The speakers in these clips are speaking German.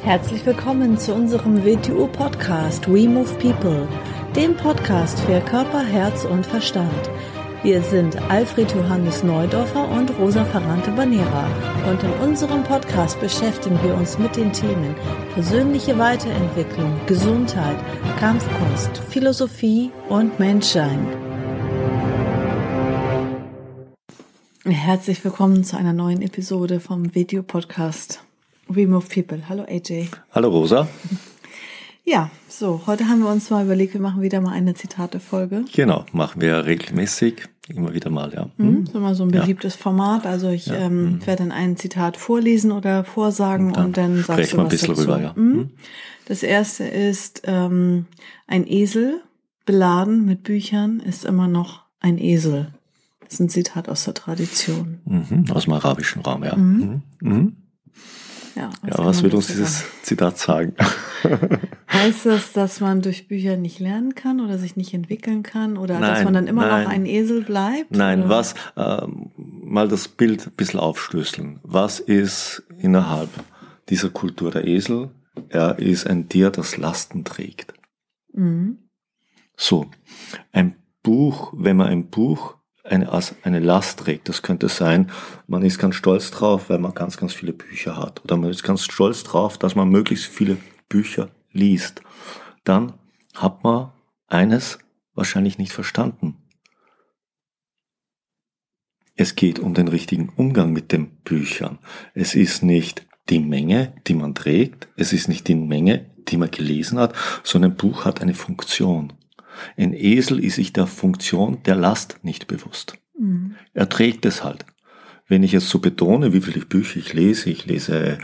Herzlich willkommen zu unserem WTU-Podcast We Move People, dem Podcast für Körper, Herz und Verstand. Wir sind Alfred Johannes Neudorfer und Rosa Ferrante-Banera und in unserem Podcast beschäftigen wir uns mit den Themen persönliche Weiterentwicklung, Gesundheit, Kampfkunst, Philosophie und Menschsein. Herzlich willkommen zu einer neuen Episode vom WTU-Podcast We Move People. Hallo AJ. Hallo Rosa. Ja, so, heute haben wir uns mal überlegt, wir machen wieder mal eine Zitate-Folge. Genau, machen wir regelmäßig, immer wieder mal, ja. Das ist immer so ein beliebtes Format, also ich werde dann ein Zitat vorlesen oder vorsagen und dann sagst du was dazu. Sprechen wir ein bisschen rüber, ja. Das erste ist, ein Esel beladen mit Büchern ist immer noch ein Esel. Das ist ein Zitat aus der Tradition. Aus dem arabischen Raum, ja. Ja, was will uns dieses Zitat sagen? Heißt das, dass man durch Bücher nicht lernen kann oder sich nicht entwickeln kann oder dass man dann immer noch ein Esel bleibt? Nein, oder? Mal das Bild ein bisschen aufschlüsseln. Was ist innerhalb dieser Kultur der Esel? Er ist ein Tier, das Lasten trägt. So, ein Buch, wenn man ein Buch eine Last trägt. Das könnte sein, man ist ganz stolz drauf, weil man ganz, ganz viele Bücher hat. Oder man ist ganz stolz drauf, dass man möglichst viele Bücher liest. Dann hat man eines wahrscheinlich nicht verstanden. Es geht um den richtigen Umgang mit den Büchern. Es ist nicht die Menge, die man trägt. Es ist nicht die Menge, die man gelesen hat, sondern ein Buch hat eine Funktion. Ein Esel ist sich der Funktion der Last nicht bewusst. Er trägt es halt. Wenn ich jetzt so betone, wie viele Bücher ich lese, ich lese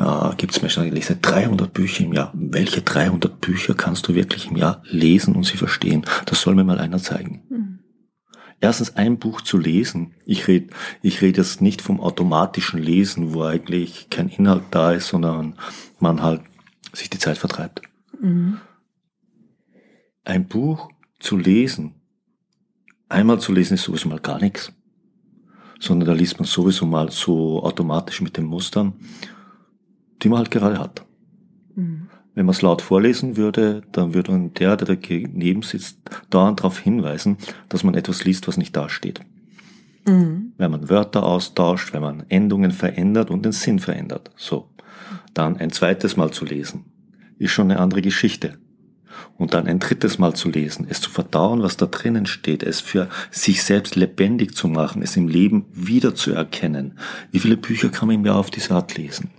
300 Bücher im Jahr. Welche 300 Bücher kannst du wirklich im Jahr lesen und sie verstehen? Das soll mir mal einer zeigen. Erstens, ein Buch zu lesen. Ich rede jetzt nicht vom automatischen Lesen, wo eigentlich kein Inhalt da ist, sondern man halt sich die Zeit vertreibt. Ein Buch zu lesen, einmal zu lesen ist sowieso mal gar nichts, sondern da liest man sowieso mal so automatisch mit den Mustern, die man halt gerade hat. Wenn man es laut vorlesen würde, dann würde der daneben sitzt, dauernd darauf hinweisen, dass man etwas liest, was nicht dasteht. Wenn man Wörter austauscht, wenn man Endungen verändert und den Sinn verändert. So, dann ein zweites Mal zu lesen, ist schon eine andere Geschichte. Und dann ein drittes Mal zu lesen, es zu verdauen, was da drinnen steht, es für sich selbst lebendig zu machen, es im Leben wieder zu erkennen. Wie viele Bücher kann man im Jahr auf diese Art lesen?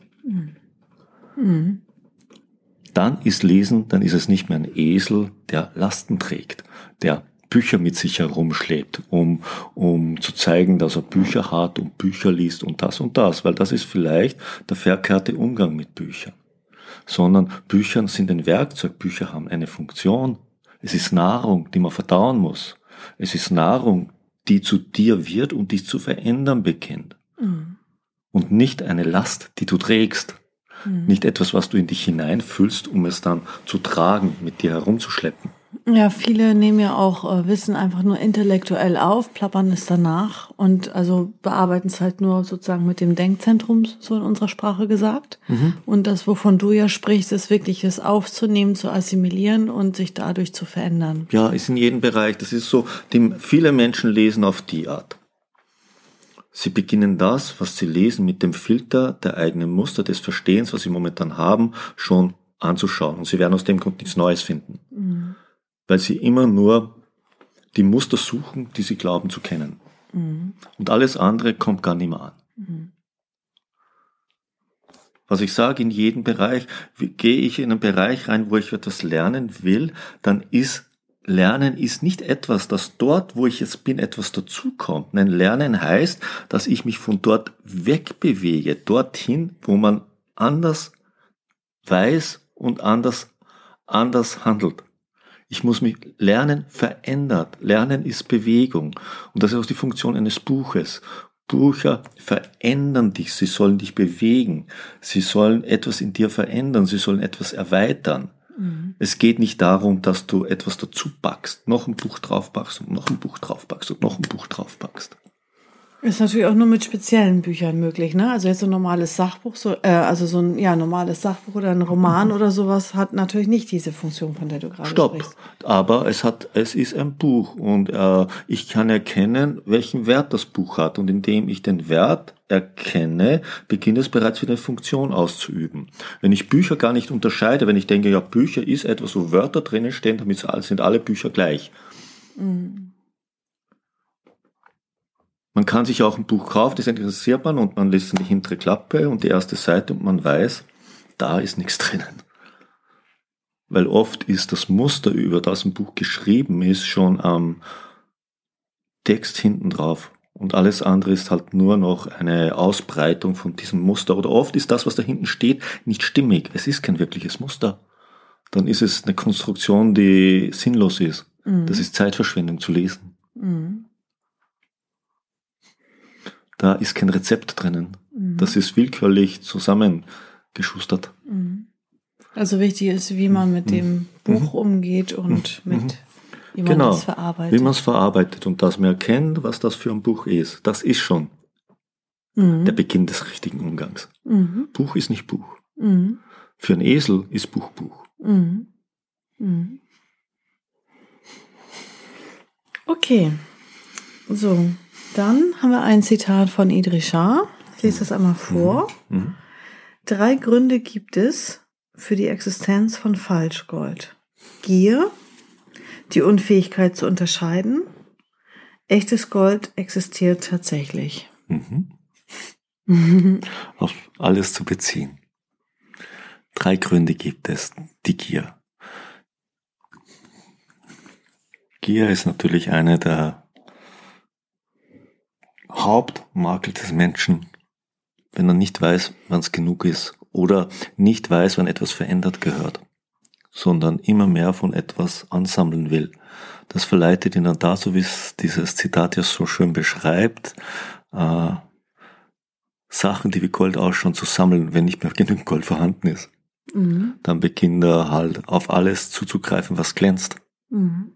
Dann ist es nicht mehr ein Esel, der Lasten trägt, der Bücher mit sich herumschleppt, um zu zeigen, dass er Bücher hat und Bücher liest und das, weil das ist vielleicht der verkehrte Umgang mit Büchern. Sondern Bücher sind ein Werkzeug, Bücher haben eine Funktion. Es ist Nahrung, die man verdauen muss. Es ist Nahrung, die zu dir wird und dich zu verändern beginnt. Und nicht eine Last, die du trägst. Nicht etwas, was du in dich hineinfüllst, um es dann zu tragen, mit dir herumzuschleppen. Ja, viele nehmen ja auch Wissen einfach nur intellektuell auf, plappern es danach und also bearbeiten es halt nur sozusagen mit dem Denkzentrum, so in unserer Sprache gesagt. Und das, wovon du ja sprichst, ist wirklich es aufzunehmen, zu assimilieren und sich dadurch zu verändern. Ja, ist in jedem Bereich. Das ist so, viele Menschen lesen auf die Art. Sie beginnen das, was sie lesen, mit dem Filter der eigenen Muster, des Verstehens, was sie momentan haben, schon anzuschauen. Und sie werden aus dem Grund nichts Neues finden. Weil sie immer nur die Muster suchen, die sie glauben zu kennen. Und alles andere kommt gar nicht mehr an. Was ich sage, in jedem Bereich, gehe ich in einen Bereich rein, wo ich etwas lernen will, dann ist Lernen ist nicht etwas, dass dort, wo ich jetzt bin, etwas dazukommt. Nein, Lernen heißt, dass ich mich von dort wegbewege, dorthin, wo man anders weiß und anders handelt. Ich muss mich lernen verändert. Lernen ist Bewegung. Und das ist auch die Funktion eines Buches. Bücher verändern dich, sie sollen dich bewegen. Sie sollen etwas in dir verändern, sie sollen etwas erweitern. Es geht nicht darum, dass du etwas dazu packst, noch ein Buch draufpackst und noch ein Buch draufpackst und noch ein Buch draufpackst. Ist natürlich auch nur mit speziellen Büchern möglich, ne? Also jetzt so ein normales Sachbuch, also so ein normales Sachbuch oder ein Roman oder sowas hat natürlich nicht diese Funktion, von der du gerade sprichst. Aber es ist ein Buch und ich kann erkennen, welchen Wert das Buch hat, und indem ich den Wert erkenne, beginnt es bereits wieder eine Funktion auszuüben. Wenn ich Bücher gar nicht unterscheide, wenn ich denke, ja, Bücher ist etwas, wo Wörter drinnen stehen, damit sind alle Bücher gleich. Mhm. Man kann sich auch ein Buch kaufen, das interessiert man, und man liest in die hintere Klappe und die erste Seite und man weiß, da ist nichts drinnen. Weil oft ist das Muster, über das ein Buch geschrieben ist, schon am Text hinten drauf. Und alles andere ist halt nur noch eine Ausbreitung von diesem Muster. Oder oft ist das, was da hinten steht, nicht stimmig. Es ist kein wirkliches Muster. Dann ist es eine Konstruktion, die sinnlos ist. Mhm. Das ist Zeitverschwendung zu lesen. Mhm. Da ist kein Rezept drinnen. Mhm. Das ist willkürlich zusammengeschustert. Mhm. Also wichtig ist, wie man mit dem Buch umgeht und wie man das verarbeitet. Wie man es verarbeitet und dass man erkennt, was das für ein Buch ist. Das ist schon der Beginn des richtigen Umgangs. Mhm. Buch ist nicht Buch. Mhm. Für einen Esel ist Buch Buch. Mhm. Mhm. Okay, so. Dann haben wir ein Zitat von Idrissar. Ich lese das einmal vor. Mhm. 3 Gründe gibt es für die Existenz von Falschgold. Gier, die Unfähigkeit zu unterscheiden. Echtes Gold existiert tatsächlich. Mhm. Auf alles zu beziehen. 3 Gründe gibt es. Die Gier. Gier ist natürlich eine der Hauptmakel des Menschen, wenn er nicht weiß, wann es genug ist oder nicht weiß, wann etwas verändert gehört, sondern immer mehr von etwas ansammeln will. Das verleitet ihn dann dazu, wie es dieses Zitat ja so schön beschreibt, Sachen, die wie Gold ausschauen, zu sammeln, wenn nicht mehr genügend Gold vorhanden ist. Mhm. Dann beginnt er halt auf alles zuzugreifen, was glänzt. Mhm.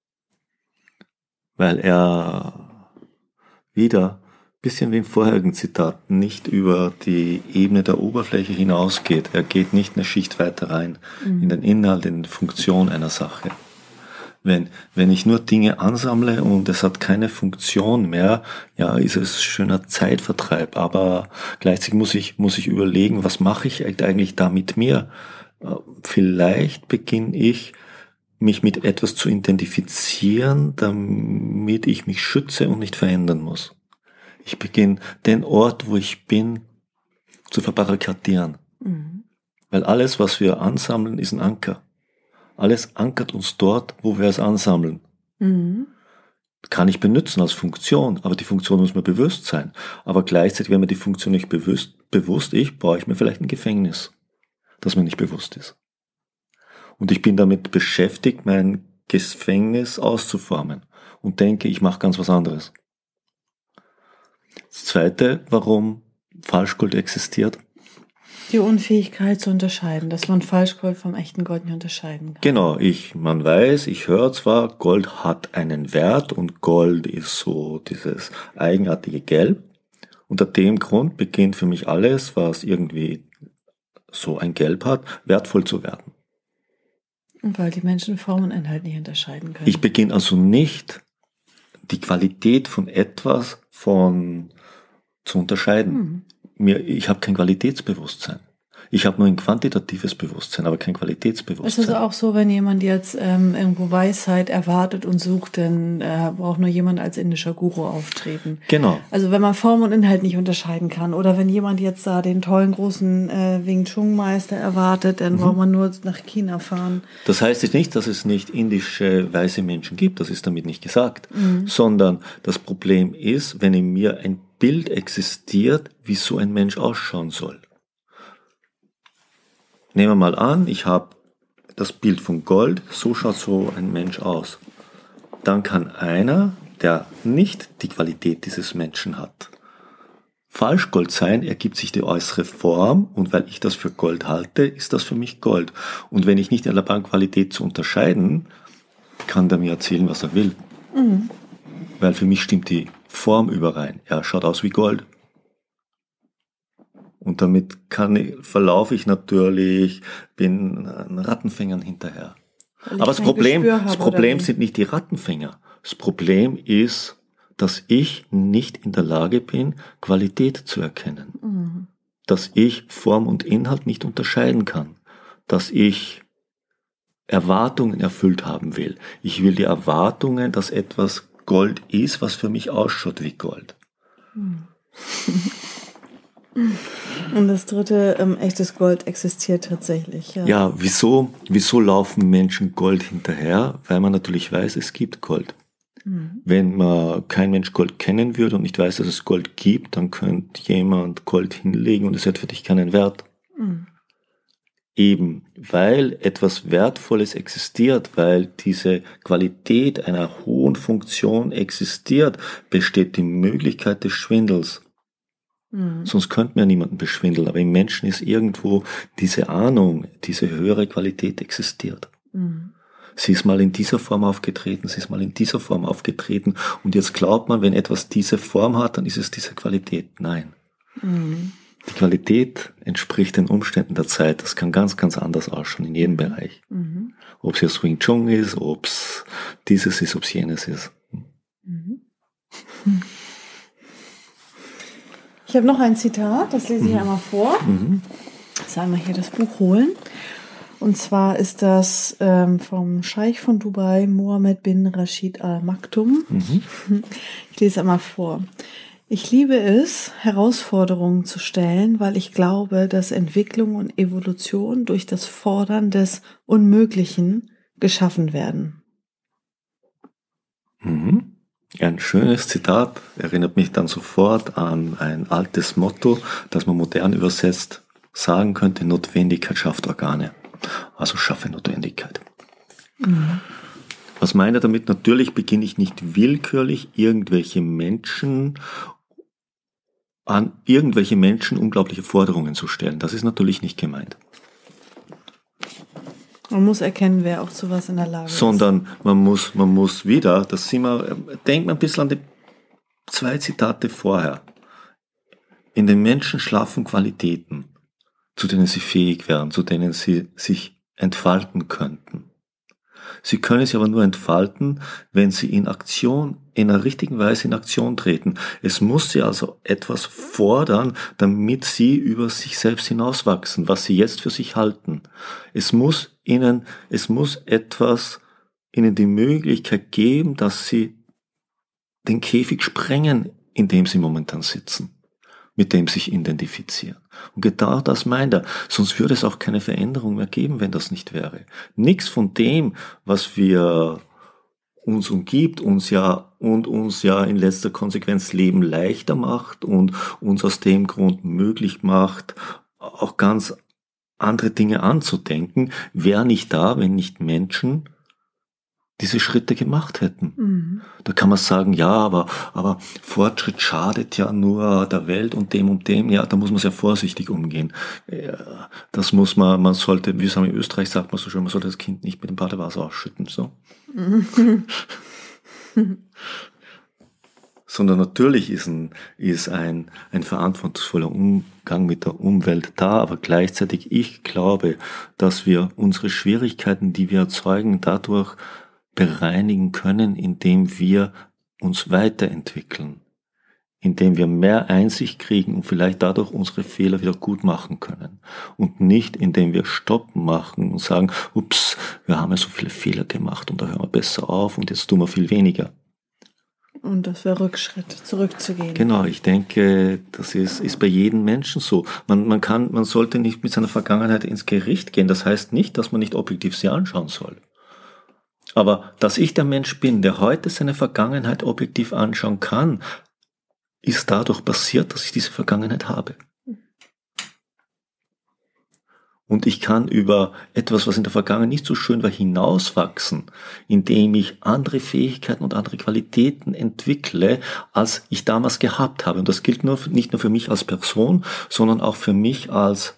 Weil er wieder, bisschen wie im vorherigen Zitat, nicht über die Ebene der Oberfläche hinausgeht. Er geht nicht eine Schicht weiter rein in den Inhalt, in die Funktion einer Sache. Wenn ich nur Dinge ansammle und es hat keine Funktion mehr, ja, ist es schöner Zeitvertreib. Aber gleichzeitig muss ich überlegen, was mache ich eigentlich da mit mir? Vielleicht beginne ich, mich mit etwas zu identifizieren, damit ich mich schütze und nicht verändern muss. Ich beginne, den Ort, wo ich bin, zu verbarrikadieren. Mhm. Weil alles, was wir ansammeln, ist ein Anker. Alles ankert uns dort, wo wir es ansammeln. Mhm. Kann ich benutzen als Funktion, aber die Funktion muss mir bewusst sein. Aber gleichzeitig, wenn mir die Funktion nicht bewusst ist, baue ich mir vielleicht ein Gefängnis, das mir nicht bewusst ist. Und ich bin damit beschäftigt, mein Gefängnis auszuformen und denke, ich mache ganz was anderes. Das Zweite, warum Falschgold existiert. Die Unfähigkeit zu unterscheiden, dass man Falschgold vom echten Gold nicht unterscheiden kann. Genau, man weiß, ich höre zwar, Gold hat einen Wert und Gold ist so dieses eigenartige Gelb. Unter dem Grund beginnt für mich alles, was irgendwie so ein Gelb hat, wertvoll zu werden. Und weil die Menschen Form und Inhalt nicht unterscheiden können. Ich beginne also nicht, die Qualität von etwas zu unterscheiden. Ich habe kein Qualitätsbewusstsein. Ich habe nur ein quantitatives Bewusstsein, aber kein Qualitätsbewusstsein. Es ist auch so, wenn jemand jetzt irgendwo Weisheit erwartet und sucht, dann braucht nur jemand als indischer Guru auftreten. Genau. Also wenn man Form und Inhalt nicht unterscheiden kann oder wenn jemand jetzt da den tollen großen Wing Chun Meister erwartet, dann braucht man nur nach China fahren. Das heißt jetzt nicht, dass es nicht indische weise Menschen gibt, das ist damit nicht gesagt, sondern das Problem ist, wenn in mir ein Bild existiert, wie so ein Mensch ausschauen soll. Nehmen wir mal an, ich habe das Bild von Gold, so schaut so ein Mensch aus. Dann kann einer, der nicht die Qualität dieses Menschen hat, Falschgold sein, ergibt sich die äußere Form und weil ich das für Gold halte, ist das für mich Gold. Und wenn ich nicht in der Lage bin, Qualität zu unterscheiden, kann der mir erzählen, was er will. Mhm. Weil für mich stimmt die Form überein. Er schaut aus wie Gold. Und damit verlaufe ich natürlich, bin Rattenfängern hinterher. Aber das Problem sind nicht die Rattenfänger. Das Problem ist, dass ich nicht in der Lage bin, Qualität zu erkennen. Mhm. Dass ich Form und Inhalt nicht unterscheiden kann. Dass ich Erwartungen erfüllt haben will. Ich will die Erwartungen, dass etwas Gold ist, was für mich ausschaut wie Gold. Mhm. Und das dritte, echtes Gold existiert tatsächlich. Ja, wieso laufen Menschen Gold hinterher? Weil man natürlich weiß, es gibt Gold. Mhm. Wenn man kein Mensch Gold kennen würde und nicht weiß, dass es Gold gibt, dann könnte jemand Gold hinlegen und es hat für dich keinen Wert. Mhm. Eben, weil etwas Wertvolles existiert, weil diese Qualität einer hohen Funktion existiert, besteht die Möglichkeit des Schwindels. Mhm. Sonst könnte man ja niemanden beschwindeln, aber im Menschen ist irgendwo diese Ahnung, diese höhere Qualität existiert. Mhm. Sie ist mal in dieser Form aufgetreten, sie ist mal in dieser Form aufgetreten und jetzt glaubt man, wenn etwas diese Form hat, dann ist es diese Qualität. Nein. Mhm. Die Qualität entspricht den Umständen der Zeit. Das kann ganz, ganz anders ausschauen in jedem Bereich. Mhm. Ob es jetzt Wing Chun ist, ob es dieses ist, ob es jenes ist. Mhm. Ich habe noch ein Zitat, das lese ich einmal vor. Mhm. Jetzt einmal hier das Buch holen. Und zwar ist das vom Scheich von Dubai, Mohammed bin Rashid Al Maktoum. Mhm. Ich lese einmal vor. Ich liebe es, Herausforderungen zu stellen, weil ich glaube, dass Entwicklung und Evolution durch das Fordern des Unmöglichen geschaffen werden. Mhm. Ein schönes Zitat, erinnert mich dann sofort an ein altes Motto, das man modern übersetzt sagen könnte, Notwendigkeit schafft Organe. Also schaffe Notwendigkeit. Mhm. Was meine ich damit? Natürlich beginne ich nicht willkürlich an irgendwelche Menschen unglaubliche Forderungen zu stellen. Das ist natürlich nicht gemeint. Man muss erkennen, wer auch zu was in der Lage ist. Sondern man muss wieder, denkt man ein bisschen an die 2 Zitate vorher. In den Menschen schlafen Qualitäten, zu denen sie fähig wären, zu denen sie sich entfalten könnten. Sie können sich aber nur entfalten, wenn sie in einer richtigen Weise in Aktion treten. Es muss sie also etwas fordern, damit sie über sich selbst hinauswachsen, was sie jetzt für sich halten. Es muss ihnen die Möglichkeit geben, dass sie den Käfig sprengen, in dem sie momentan sitzen, mit dem sich identifizieren. Und genau das meint er. Sonst würde es auch keine Veränderung mehr geben, wenn das nicht wäre. Nichts von dem, was wir uns umgibt, uns ja in letzter Konsequenz Leben leichter macht und uns aus dem Grund möglich macht, auch ganz andere Dinge anzudenken, wäre nicht da, wenn nicht Menschen diese Schritte gemacht hätten. Mhm. Da kann man sagen, ja, aber Fortschritt schadet ja nur der Welt und dem. Ja, da muss man sehr vorsichtig umgehen. Das muss man sollte, wie es in Österreich sagt man so schön, man sollte das Kind nicht mit dem Badewasser ausschütten, so. Mhm. Sondern natürlich ist ein verantwortungsvoller Umgang mit der Umwelt da, aber gleichzeitig ich glaube, dass wir unsere Schwierigkeiten, die wir erzeugen, dadurch bereinigen können, indem wir uns weiterentwickeln, indem wir mehr Einsicht kriegen und vielleicht dadurch unsere Fehler wieder gut machen können und nicht, indem wir Stopp machen und sagen, ups, wir haben ja so viele Fehler gemacht und da hören wir besser auf und jetzt tun wir viel weniger. Und das wäre Rückschritt, zurückzugehen. Genau, ich denke, das ist bei jedem Menschen so. Man sollte nicht mit seiner Vergangenheit ins Gericht gehen. Das heißt nicht, dass man nicht objektiv sie anschauen soll. Aber dass ich der Mensch bin, der heute seine Vergangenheit objektiv anschauen kann, ist dadurch passiert, dass ich diese Vergangenheit habe. Und ich kann über etwas, was in der Vergangenheit nicht so schön war, hinauswachsen, indem ich andere Fähigkeiten und andere Qualitäten entwickle, als ich damals gehabt habe. Und das gilt nicht nur für mich als Person, sondern auch für mich als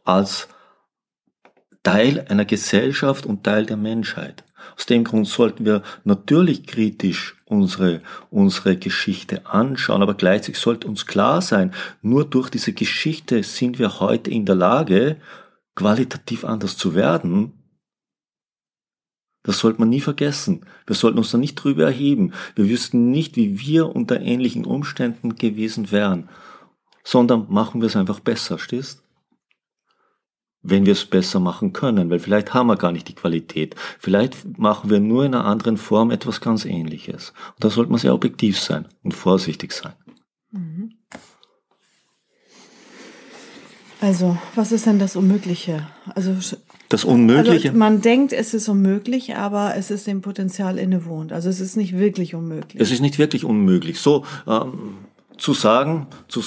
Teil einer Gesellschaft und Teil der Menschheit. Aus dem Grund sollten wir natürlich kritisch unsere Geschichte anschauen, aber gleichzeitig sollte uns klar sein, nur durch diese Geschichte sind wir heute in der Lage, qualitativ anders zu werden. Das sollte man nie vergessen. Wir sollten uns da nicht drüber erheben. Wir wüssten nicht, wie wir unter ähnlichen Umständen gewesen wären, sondern machen wir es einfach besser, stehst? Wenn wir es besser machen können, weil vielleicht haben wir gar nicht die Qualität. Vielleicht machen wir nur in einer anderen Form etwas ganz Ähnliches. Und da sollte man sehr objektiv sein und vorsichtig sein. Also, was ist denn das Unmögliche? Das Unmögliche? Also man denkt, es ist unmöglich, aber es ist dem Potenzial innewohnt. Also es ist nicht wirklich unmöglich. Es ist nicht wirklich unmöglich. So zu sagen,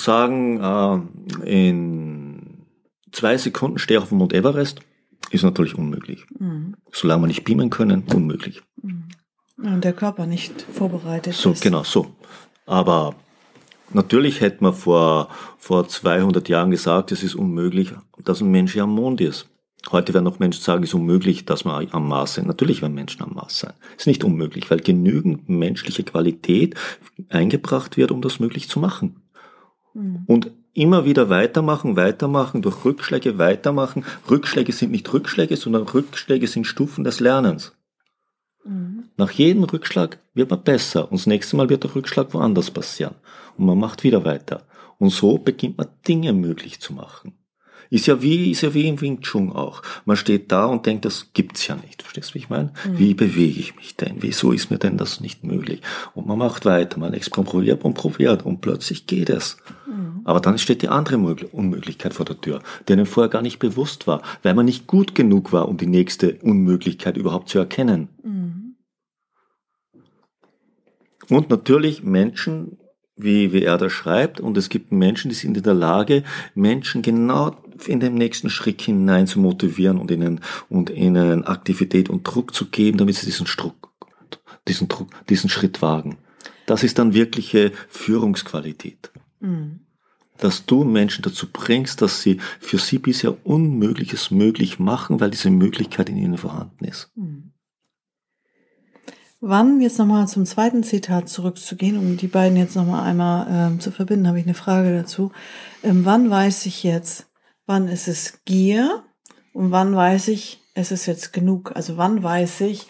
in 2 Sekunden stehe ich auf dem Mount Everest, ist natürlich unmöglich. Solange wir nicht beamen können, unmöglich. Ja, und der Körper nicht vorbereitet so, ist. Genau, so. Aber natürlich hätte man vor 200 Jahren gesagt, es ist unmöglich, dass ein Mensch hier am Mond ist. Heute werden noch Menschen sagen, es ist unmöglich, dass wir am Mars sind. Natürlich werden Menschen am Mars sein. Es ist nicht unmöglich, weil genügend menschliche Qualität eingebracht wird, um das möglich zu machen. Und immer wieder weitermachen, durch Rückschläge weitermachen. Rückschläge sind nicht Rückschläge, sondern Rückschläge sind Stufen des Lernens. Nach jedem Rückschlag wird man besser und das nächste Mal wird der Rückschlag woanders passieren. Und man macht wieder weiter. Und so beginnt man Dinge möglich zu machen. Ist ja wie im Wing Chun auch. Man steht da und denkt, das gibt's ja nicht. Verstehst du, wie ich meine? Wie bewege ich mich denn? Wieso ist mir denn das nicht möglich? Und man macht weiter, man exprobiert und probiert und plötzlich geht es. Aber dann steht die andere Unmöglichkeit vor der Tür, die einem vorher gar nicht bewusst war, weil man nicht gut genug war, um die nächste Unmöglichkeit überhaupt zu erkennen. Und natürlich Menschen, wie er da schreibt, und es gibt Menschen, die sind in der Lage, Menschen genau in den nächsten Schritt hinein zu motivieren und ihnen Aktivität und Druck zu geben, damit sie diesen Schritt wagen. Das ist dann wirkliche Führungsqualität. Dass du Menschen dazu bringst, dass sie für sie bisher Unmögliches möglich machen, weil diese Möglichkeit in ihnen vorhanden ist. Wann, jetzt nochmal zum zweiten Zitat zurückzugehen, um die beiden jetzt nochmal einmal zu verbinden, habe ich eine Frage dazu. Wann weiß ich jetzt, wann ist es Gier und wann weiß ich, es ist jetzt genug? Also wann weiß ich,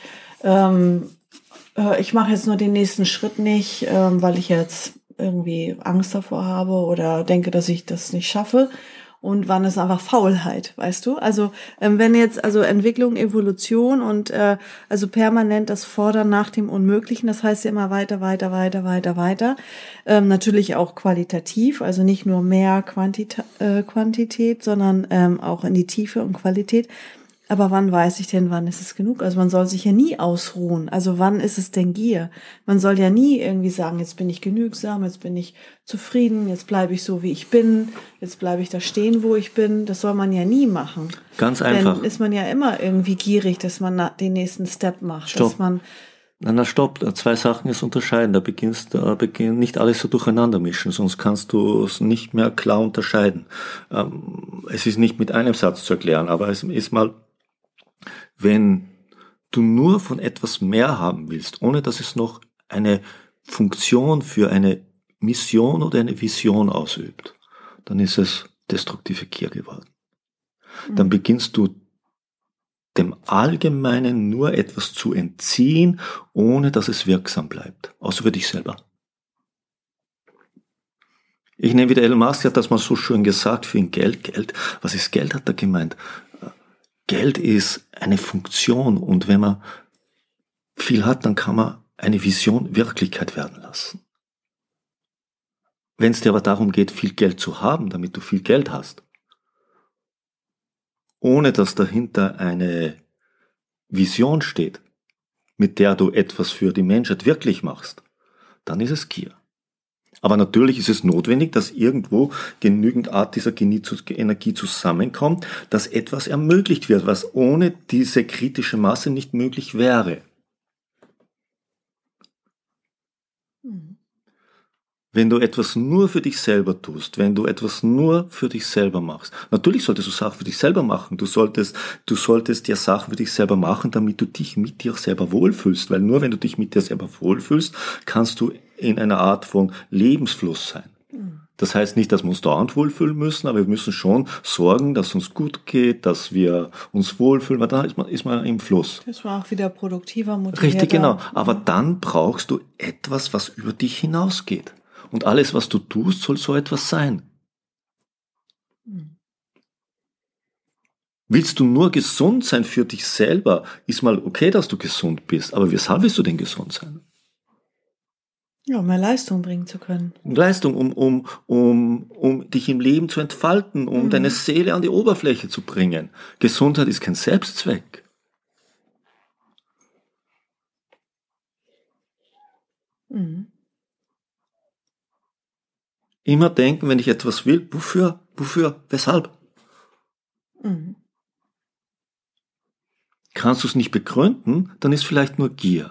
ich mache jetzt nur den nächsten Schritt nicht, weil ich jetzt irgendwie Angst davor habe oder denke, dass ich das nicht schaffe. Und wann ist einfach Faulheit, weißt du? Also wenn jetzt also Entwicklung, Evolution und also permanent das Fordern nach dem Unmöglichen, das heißt ja immer weiter. Natürlich auch qualitativ, also nicht nur mehr Quantität, sondern auch in die Tiefe und Qualität. Aber wann weiß ich denn, wann ist es genug? Also man soll sich ja nie ausruhen. Also wann ist es denn Gier? Man soll ja nie irgendwie sagen, jetzt bin ich genügsam, jetzt bin ich zufrieden, jetzt bleibe ich so, wie ich bin, jetzt bleibe ich da stehen, wo ich bin. Das soll man ja nie machen. Ganz einfach. Dann ist man ja immer irgendwie gierig, dass man den nächsten Step macht. Stopp. Dass man Stopp. 2 Sachen ist unterscheiden. Da beginnt nicht alles so durcheinander mischen, sonst kannst du es nicht mehr klar unterscheiden. Es ist nicht mit einem Satz zu erklären, aber es ist mal, wenn du nur von etwas mehr haben willst, ohne dass es noch eine Funktion für eine Mission oder eine Vision ausübt, dann ist es destruktive Gier geworden. Dann beginnst du dem Allgemeinen nur etwas zu entziehen, ohne dass es wirksam bleibt, außer für dich selber. Ich nehme wieder Elon Musk, hat das mal so schön gesagt, für ihn Geld. Was ist Geld, hat er gemeint? Geld ist eine Funktion und wenn man viel hat, dann kann man eine Vision Wirklichkeit werden lassen. Wenn es dir aber darum geht, viel Geld zu haben, damit du viel Geld hast, ohne dass dahinter eine Vision steht, mit der du etwas für die Menschheit wirklich machst, dann ist es Gier. Aber natürlich ist es notwendig, dass irgendwo genügend Art dieser Energie zusammenkommt, dass etwas ermöglicht wird, was ohne diese kritische Masse nicht möglich wäre. Wenn du etwas nur für dich selber tust, wenn du etwas nur für dich selber machst, natürlich solltest du Sachen für dich selber machen. Du solltest dir Sachen für dich selber machen, damit du dich mit dir selber wohlfühlst, weil nur wenn du dich mit dir selber wohlfühlst, kannst du in einer Art von Lebensfluss sein. Das heißt nicht, dass wir uns dauernd wohlfühlen müssen, aber wir müssen schon sorgen, dass es uns gut geht, dass wir uns wohlfühlen, weil dann ist man im Fluss. Das war auch wieder produktiver, motivierter. Richtig, genau. Aber dann brauchst du etwas, was über dich hinausgeht. Und alles, was du tust, soll so etwas sein. Willst du nur gesund sein für dich selber, ist mal okay, dass du gesund bist, aber weshalb willst du denn gesund sein? Ja, mehr Leistung bringen zu können. Leistung, um dich im Leben zu entfalten, um deine Seele an die Oberfläche zu bringen. Gesundheit ist kein Selbstzweck. Immer denken, wenn ich etwas will, wofür, weshalb? Kannst du es nicht begründen, dann ist vielleicht nur Gier.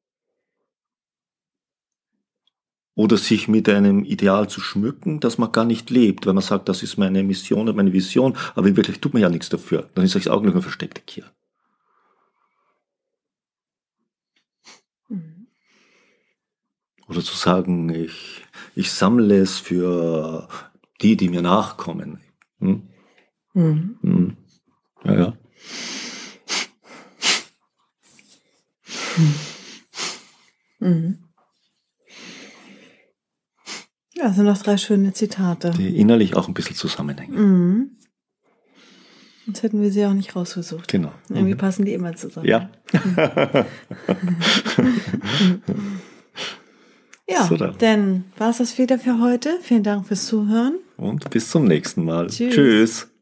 Oder sich mit einem Ideal zu schmücken, das man gar nicht lebt, weil man sagt, das ist meine Mission und meine Vision, aber in Wirklichkeit tut man ja nichts dafür. Dann ist das auch nur versteckte Gier. Oder zu sagen, ich sammle es für die mir nachkommen. Ja. Ja, das sind noch 3 schöne Zitate. Die innerlich auch ein bisschen zusammenhängen. Sonst hätten wir sie auch nicht rausgesucht. Genau. Irgendwie passen die immer zusammen. Ja. Ja, so dann war es das wieder für heute. Vielen Dank fürs Zuhören. Und bis zum nächsten Mal. Tschüss. Tschüss.